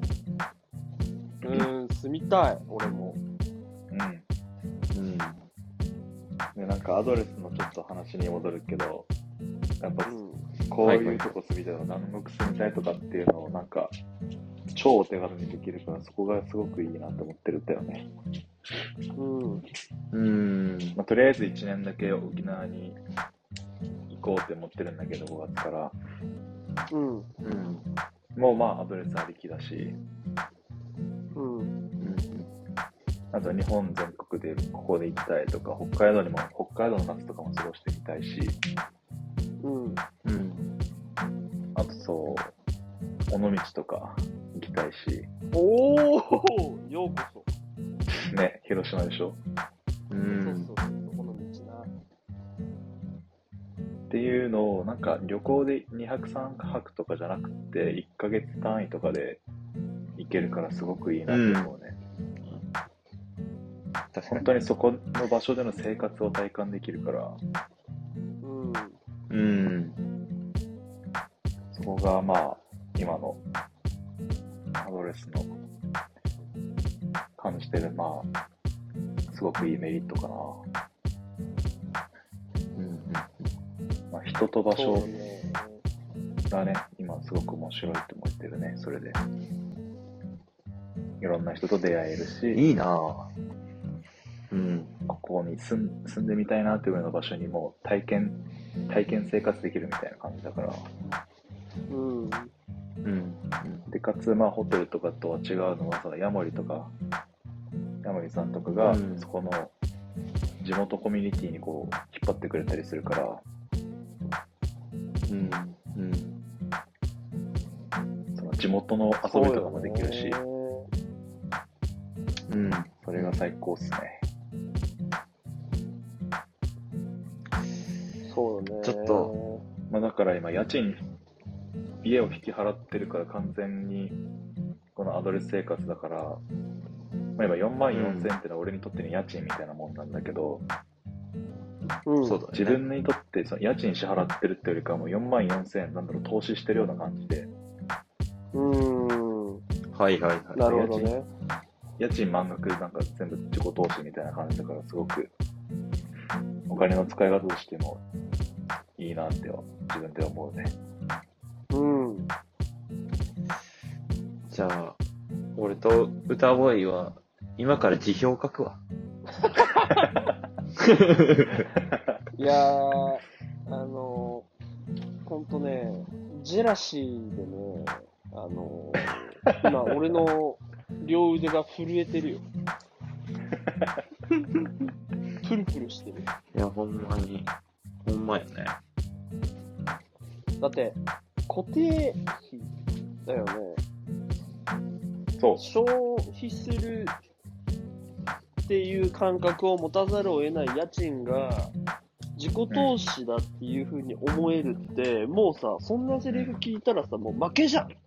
ーん、住みたい、俺も。 うんうん。 でなんかアドレスのちょっと話に戻るけど、やっぱうん。 こういうとこ住みたいの、南国住みたいとかっていうのをなんか超お手軽にできるから、そこがすごくいいなと思ってるんだよね。 うん。 うん。 まあ、とりあえずいちねんだけ沖縄に行こうって思ってるんだけど、ごがつからうん。 うん。 もうまあアドレスありきだし、 うん。 うん。 あと日本全国でここで行きたいとか、北海道にも、北海道の夏とかも過ごしてみたいし、 うん。 うん。 あとそう、尾道とか行きたいし、 おー、ようこね、広島でしょそ。 う。 そうんそうそう、この道な。 っていうのを、なんか旅行でにはくさんはくとかじゃなくて、いっかげつ単位とかで行けるからすごくいいなって思うね。 確かに。 本当にそこの場所での生活を体感できるから、 うん。 うん。 そこがまあ、今のアドレスの感じてる、まあ、すごくいいメリットかな。 うん。 まあ、人と場そう所ね。 がね、今すごく面白いと思ってるね、それで。いろんな人と出会えるし、 いいなぁ。うん。 ここに住ん住んでみたいなというような場所にも体験、体験生活できるみたいな感じだから。 うん。 うん。 で、かつ、まあ、ホテルとかとは違うのは、そのヤモリとか、ヤモリさんとかが、 うんそこの地元コミュニティにこう、引っ張ってくれたりするから、 うん。うん。 その地地元の遊びとかもできるし、 うん。 それが最高っすね。 そうだね。 ちょっと、 まあだから今家賃、家を引き払ってるから完全にこのアドレス生活だから、まあ、今よんまんよんせんってのは俺にとっての家賃みたいなもんなんだけど、 うん、 そうだね。 自分にとってその家賃支払ってるってよりかはもうよんまんよんせんなんだろう投資してるような感じで、 うーん。 はいはいはい。 なるほどね。 家賃満額なんか全部自己投資みたいな感じだからすごくお金の使い方としてもいいなっては自分で思うね。 うん。 じゃあ、俺と歌ボーイは今から辞表書くわ。 いやー、あのー、ほんとね、ジェラシーでね、あのー、今俺の両腕が震えてるよ。プルプルしてる。 いや、ほんまに、ほんまやね。 だって、固定費だよね。 そう。 消費するっていう感覚を持たざるを得ない家賃が自己投資だっていう風に思えるって、うん、もうさ、そんなセリフ聞いたらさ、もう負けじゃん。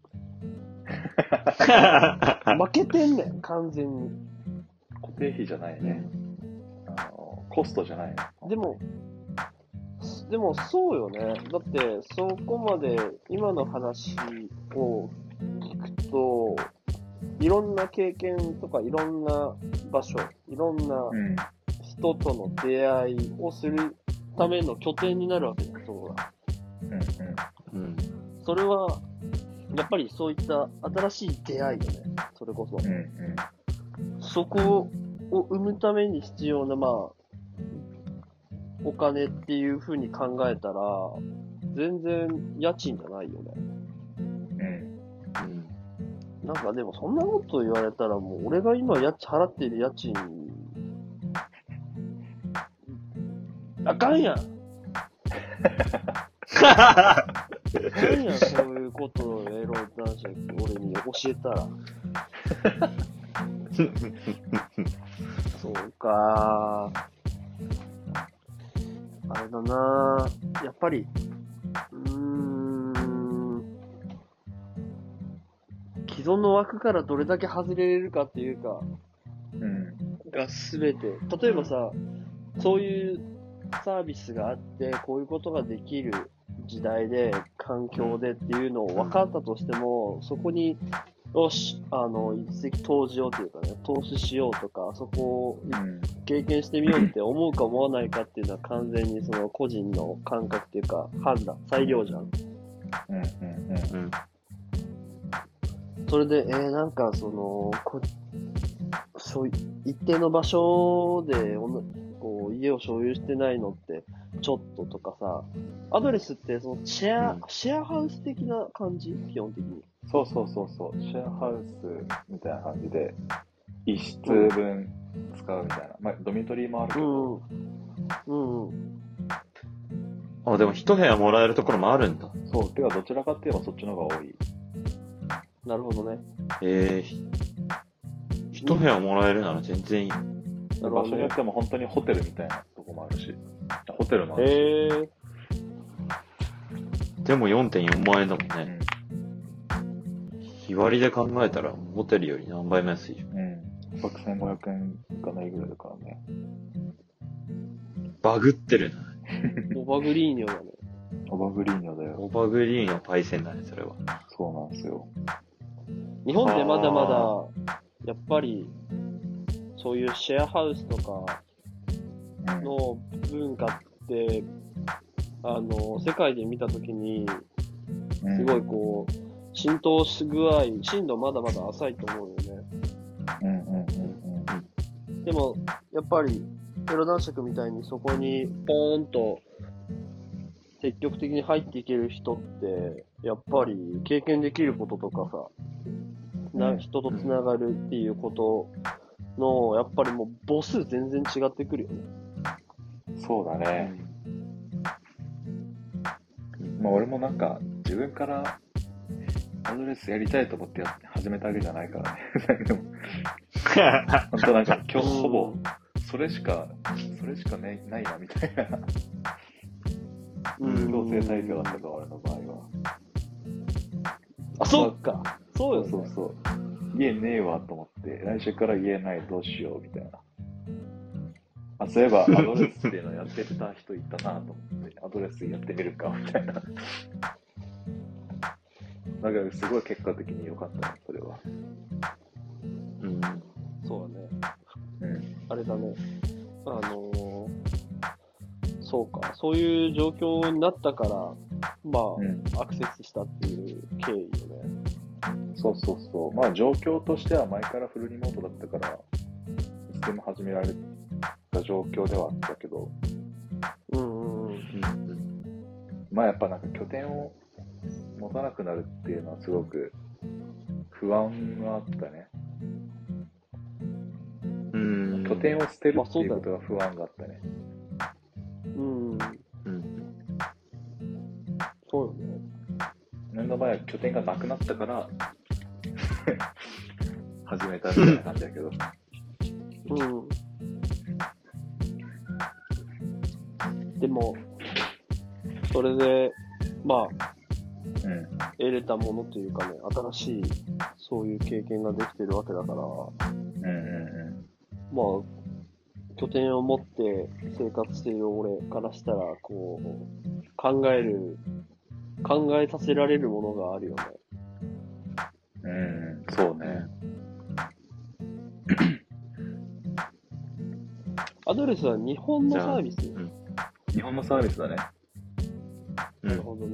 負けてんねん、完全に。 固定費じゃないね。あの、コストじゃないね。 でも、でもそうよね。だって、そこまで今の話を聞くと、いろんな経験とかいろんな場所、いろんな人との出会いをするための拠点になるわけだ、そこが。 うんうん。 うん。それは、やっぱりそういった新しい出会いよね、それこそ。 うんうん。 そこを生むために必要な、まあ、お金っていう風に考えたら、全然家賃じゃないよね。 うん。 うんなんかでもそんなこと言われたらもう俺が今家賃払っている家賃、あかんやん。あかんやん、そういうことをエロ男子俺に教えたら。そうかあれだなやっぱり、うーん、既存の枠からどれだけ外れれるかっていうか、 うん。 が全て。例えばさ、そういうサービスがあって、こういうことができる時代で、環境でっていうのを分かったとしても、そこに、よし、あの、一石投じようというかね、投資しようとか、そこをうん。 経験してみようって思うか思わないかっていうのは完全にその個人の感覚っていうか、判断、裁量じゃん。 うんうんうんそれで、えー、なんかその、こそうい一定の場所でおなこう家を所有してないのってちょっととかさ、アドレスってそのシェア、 うんシェアハウス的な感じ基本的に。 そうそうそうそう。シェアハウスみたいな感じで、一室分使うみたいな。まあ、ドミトリーもあるけうど、 ん。うんうん。 あ、でも一部屋もらえるところもあるんだ。 そう。てか、どちらかって言えばそっちの方が多い。 なるほどね。 ええー、一部屋もらえるなら全然いい。 なる場ほどね所によっても本当にホテルみたいなとこもあるし、ホテルもあるし。 へえでも よんてんよんまん円だもんね。 うん。 日割りで考えたらホテルより何倍も安いじゃん。 うん。一泊せんごひゃくえんいかないぐらいだからね。 バグってるな。 オバグリーニョだね。 オバグリーニョだよ。 オバグリーンのパイセンだね、それは。 そうなんですよ。 日本でまだまだ、やっぱり、そういうシェアハウスとかうん。 の文化って、あの、世界で見たときに、 うんすごいこう、浸透し具合、深度まだまだ浅いと思うよね。 うんうんうんうん。 でも、やっぱり、エロ男爵みたいにそこにポーンと積極的に入っていける人って、やっぱり経験できることとかさ、な人とつながるっていうことの、やっぱりもう母数全然違ってくるよね。 そうだね。まあ俺もなんか自分からアドレスやりたいと思ってやって始めたわけじゃないからね。でも本当なんか今日ほぼそれしか、それしかねないなみたいな強制退去だったから、俺の場合は。 あ、そっか。そうよね。 そうそうそう。家ねえわと思って、来週から家ないどうしようみたいな。あ、そういえばアドレスっていうのやってた人いたなと思って、アドレスやってみるかみたいな。だからすごい結果的に良かったね、それは。 うん。 そうだね。 うん。 あれだね。あのー、そうか。そういう状況になったから、まあ、 うん、 アクセスしたっていう経緯よね。 そうそうそう。まあ状況としては前からフルリモートだったから、いつでも始められた状況ではあったけど、 うんうんうん。 まあやっぱなんか拠点を持たなくなるっていうのはすごく不安はあったね。 うん。 拠点を捨てるっていうことが不安があったね。 うん。うん。そうよね。 俺の場合は拠点がなくなったから始めたみたいな感じだけど。 うん。でも、それで、まあ、 うん、 得れたものというかね、新しい、そういう経験ができてるわけだから、 うんうんうん、 まあ、拠点を持って生活している俺からしたら、こう、考える、考えさせられるものがあるよね。 うん、そうね。 アドレスは日本のサービス、うん、 日本のサービスだね。 なるほどね。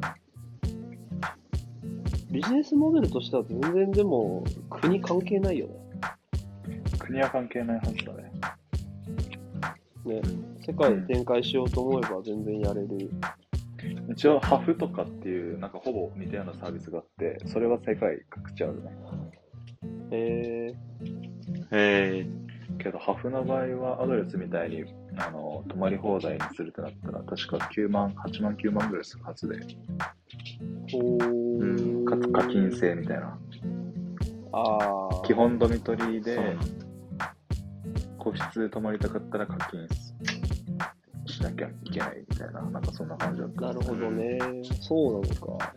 ビジネスモデルとしては全然でも国関係ないよね。 国は関係ないはずだね。 ね、世界で展開しようと思えば全然やれる。 うん、一応ハフとかっていうなんかほぼ似たようなサービスがあって、それは世界各地あるね。 へえ。へえ。 けどハフの場合はアドレスみたいにあの泊まり放題にするってなったら確かきゅうまん、はちまん、きゅうまんぐらいするはずで。 おー。 かつ課金制みたいな。 あー。 基本ドミトリーで個室泊まりたかったら課金しなきゃいけないみたいな、なんかそんな感じだった。 なるほどね。そうなのか。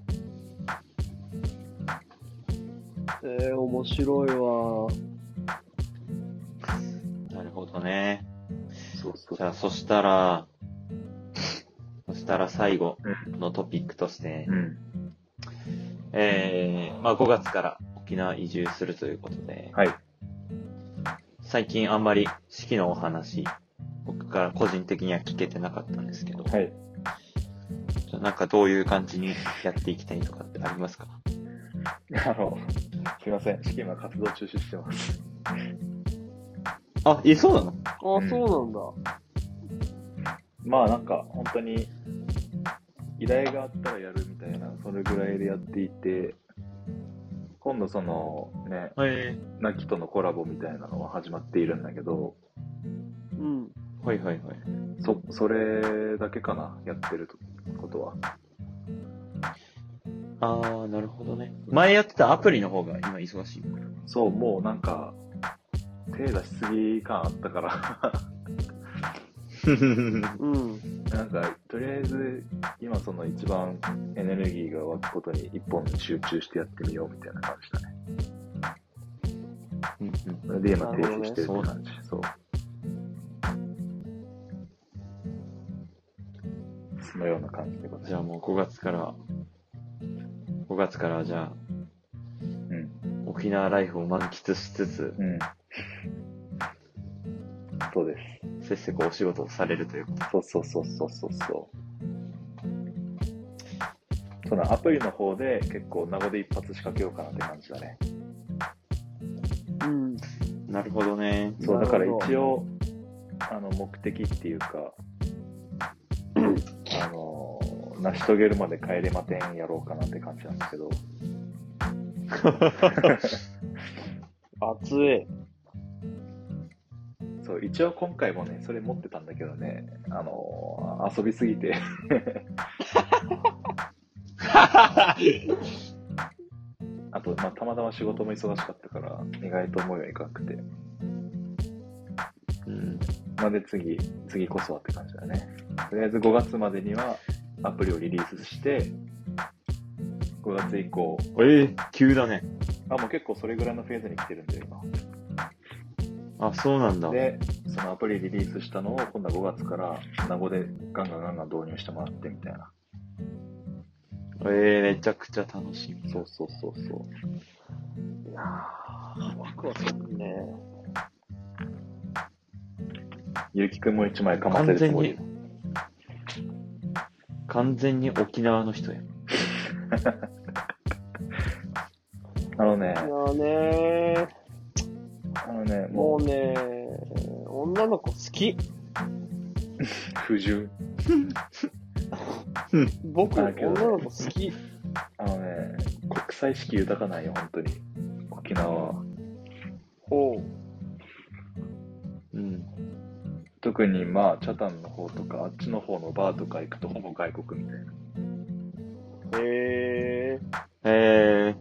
えー、面白いわ。 なるほどね。 そうそう。 じゃあ、そしたら、そしたら最後のトピックとして、 うん、 えー、まあごがつから沖縄移住するということで、 はい。 最近あんまり四季のお話、僕から個人的には聞けてなかったんですけど、 はい。 じゃあなんかどういう感じにやっていきたいとかってありますか？ あの、すいません、四季今活動中止してます。 あ、え、そうなの？ あ、うん、そうなんだ。 まあなんか本当に依頼があったらやるみたいな、それぐらいでやっていて、今度そのね、ナキとのコラボみたいなのは始まっているんだけど、 うん。 はいはいはい。 そ、それだけかな、やってることは。 あー、なるほどね。前やってたアプリの方が今忙しい。 そう、もうなんか、手出しすぎ感あったから。 うん。 なんか、とりあえず、今その一番エネルギーが湧くことに一本に集中してやってみようみたいな感じだね。 うんうん、 それで今停止してるって感じ。そう。そのような感じでございます。 じゃあもうごがつから、ごがつからじゃあ、 うん、 沖縄ライフを満喫しつつ、 うん、そうです。 せっせこお仕事をされるということ。そうそうそうそうそうそう。そのアプリの方で結構名護で一発仕掛けようかなって感じだね。 うん。 なるほどね。 そう、だから一応、あの、目的っていうか、あの、成し遂げるまで帰れまてんやろうかなって感じなんですけど。 熱い。 そう、一応今回もね、それ持ってたんだけどね、あの、遊びすぎてあと、まあ、たまたま仕事も忙しかったから、意外と思うようにいかなくて。 うん。 まあ、で、次、次こそはって感じだね。とりあえずごがつまでにはアプリをリリースして、ごがつ以降、 えー、急だね。 あ、もう結構それぐらいのフェーズに来てるんだよ、今。 あ、そうなんだ。 で、そのアプリリリースしたのを今度はごがつから名護でガンガンガンガン導入してもらってみたいな。 えー、めちゃくちゃ楽しみ。 そうそうそうそう。 いやー、ワクワクするね。 ゆうきくんも一枚かませるつもり。 完全に沖縄の人や。 あのね、 いやーねあのね、 ー、ももうね、女の子好き。 う、不純。 僕、女だけどねの子好き。 あのね、国際意識豊かないよ、本当に。沖縄は。 ほう。 うん。 特にまあ、チャタンの方とか、あっちの方のバーとか行くとほぼ外国みたいな。 へー。 え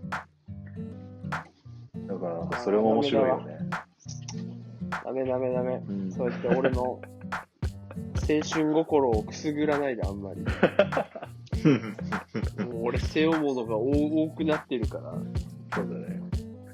だからなんかそれも面白いよね。 ダメダメダメ。 ー、うん。 そうやって俺の青春心をくすぐらないで、あんまり。もう俺背負うものが多多くなってるから。 そうだね。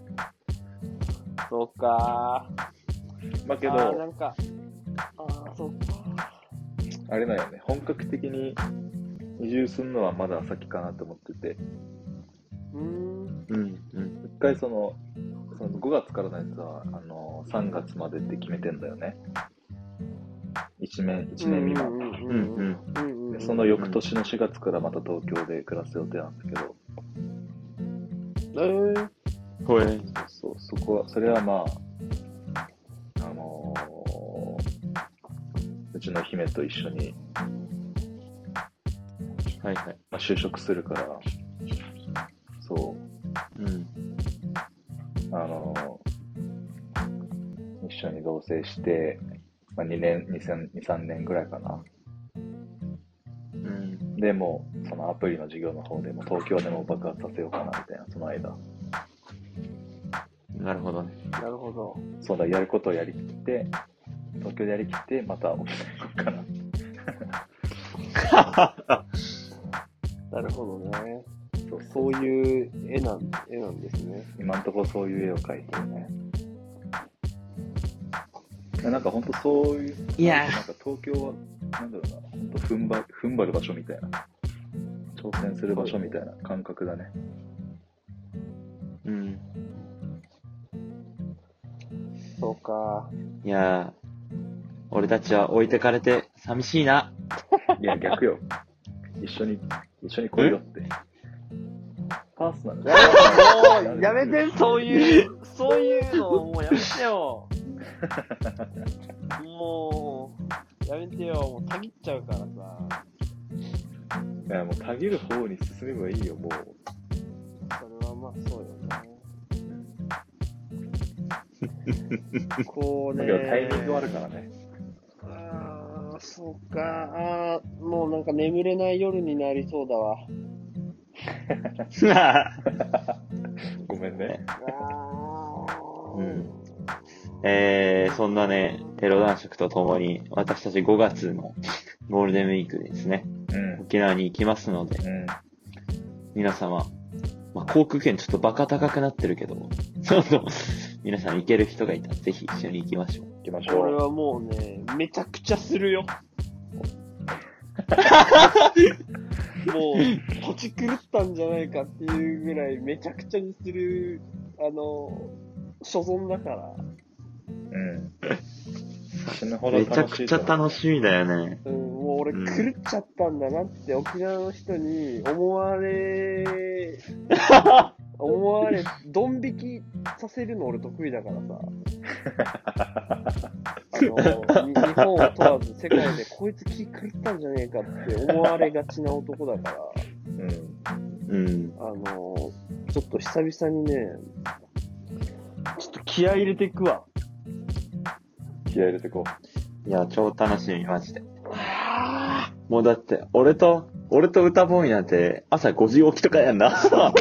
そうかまあけー。あー、など、 んか、あー、そうかあれだよね、本格的に移住するのはまだ先かなと思ってて、 ー。うーん。 うん、うん。 一回その、そのごがつからのやつは、あの、さんがつまでって決めてんだよね。一年、一年未満。 うんうんうん、うん。 うんうん。 でその翌年のしがつからまた東京で暮らす予定なんだけど、 えー。 ほえ。 そう、そこは、それはまあ、あのーうちの姫と一緒に、 はいはい。 まあ、就職するから、そうん。 う、あのー一緒に同棲して、まあ、にねん、に、さんねんぐらいかな。 うん。 でもう、そのアプリの事業の方でも東京でも爆発させようかなみたいな、その間。 なるほどね。 なるほど。 そうだ、やることをやりきって、東京でやりきって、また沖縄行こうかな。 なるほどね。 そうそそういう絵なん、絵なんですね。 今のところそういう絵を描いてるね。なんか本当そういう、 いやーなんか東京は、なんだろうな、本当踏ん張踏ん張る場所みたいな、挑戦する場所みたいな感覚だね。 うん。 そうか。 いやー、俺たちは置いてかれて寂しいな。 いや、逆よ。一緒に、一緒に来いよって。パーソナル。 もう、やめて、そういう、そういうの、もうやめてよ。もう、やめてよ。もう、たぎっちゃうからさ。 いや、もうたぎる方に進めばいいよ、もう。 それはまあ、そうよね。こうね。 だけどタイミングあるからね。 ああ、そうか。あーもうなんか眠れない夜になりそうだわ。 ごめんね。 あーうんえー、そんなね、テロ男爵とともに、私たちごがつのゴールデンウィークですね、 うん。 沖縄に行きますので、 うん。 皆様、まあ、航空券ちょっとバカ高くなってるけど、ちょっと、皆さん行ける人がいたらぜひ一緒に行きましょう。 行きましょう。 これはもうね、めちゃくちゃするよ。もう、土地狂ったんじゃないかっていうぐらいめちゃくちゃにする、あの、所存だから。 うん。死ぬほどめちゃくちゃ楽しみだよね。 うん、もう俺うん狂っちゃったんだなって沖縄の人に思われ、思われ、ドン引きさせるの俺得意だからさ。あの、に日本を問わず世界でこいつ気狂ったんじゃねえかって思われがちな男だから、 うん。 うん。 あの、ちょっと久々にね、ちょっと気合い入れていくわ。 気合い入れてこいや、超楽しみ、マジで。もうだって、俺と俺と歌ボーイなんて朝ごじ起きとかやんな。初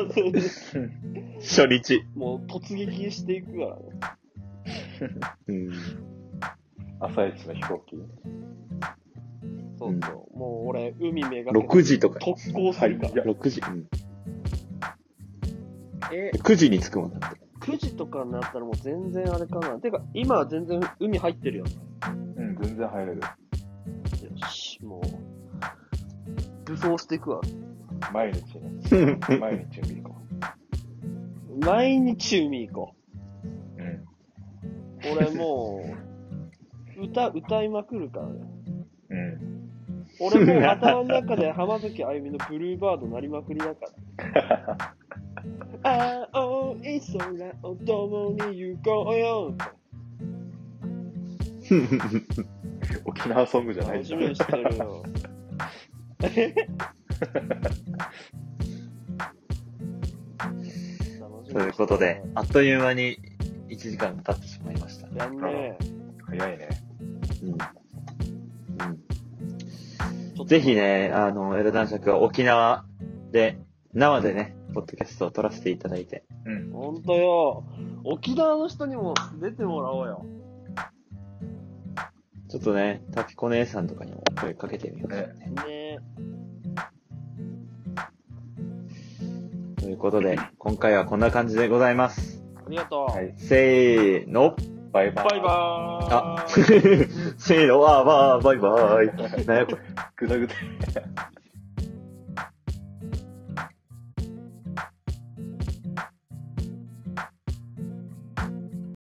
日。 もう突撃していくからね。 うん。 朝一の飛行機。 そうそう。もう俺、海めがけてろくじとか。 特攻するから。 いやろくじ。うん。 え、 くじに着くもんだって。 くじとかになったらもう全然あれかな。てか、今は全然海入ってるよ。 うん、全然入れる。 よし、もう、武装していくわ。 毎日ね。毎日海行こ毎日海行こう。うん。 う。俺もう、歌、歌いまくるからね。 うん。 俺もう頭の中で浜崎あゆみのブルーバード鳴りまくりだから。青い空を共に行こうよ。 沖縄ソングじゃないじゃん。 楽しみにしてるよ。 ということで、あっという間にいちじかんが経ってしまいました。 やんね早いね。 うん。うん。 え。 ぜひね、あの、エル男爵は沖縄で、生でね、ポッドキャストを撮らせていただいて。 うん。 ほんとよ。沖縄の人にも出てもらおうよ。 ちょっとね、タピコ姉さんとかにも声かけてみようかね。 ねえ。 ということで、今回はこんな感じでございます。 ありがとう。 はい。 せーの。 バイバイ。 バイバーイ。 あ、せーの、あーばー、バイバイ。なんやこれ。 ぐだぐだ。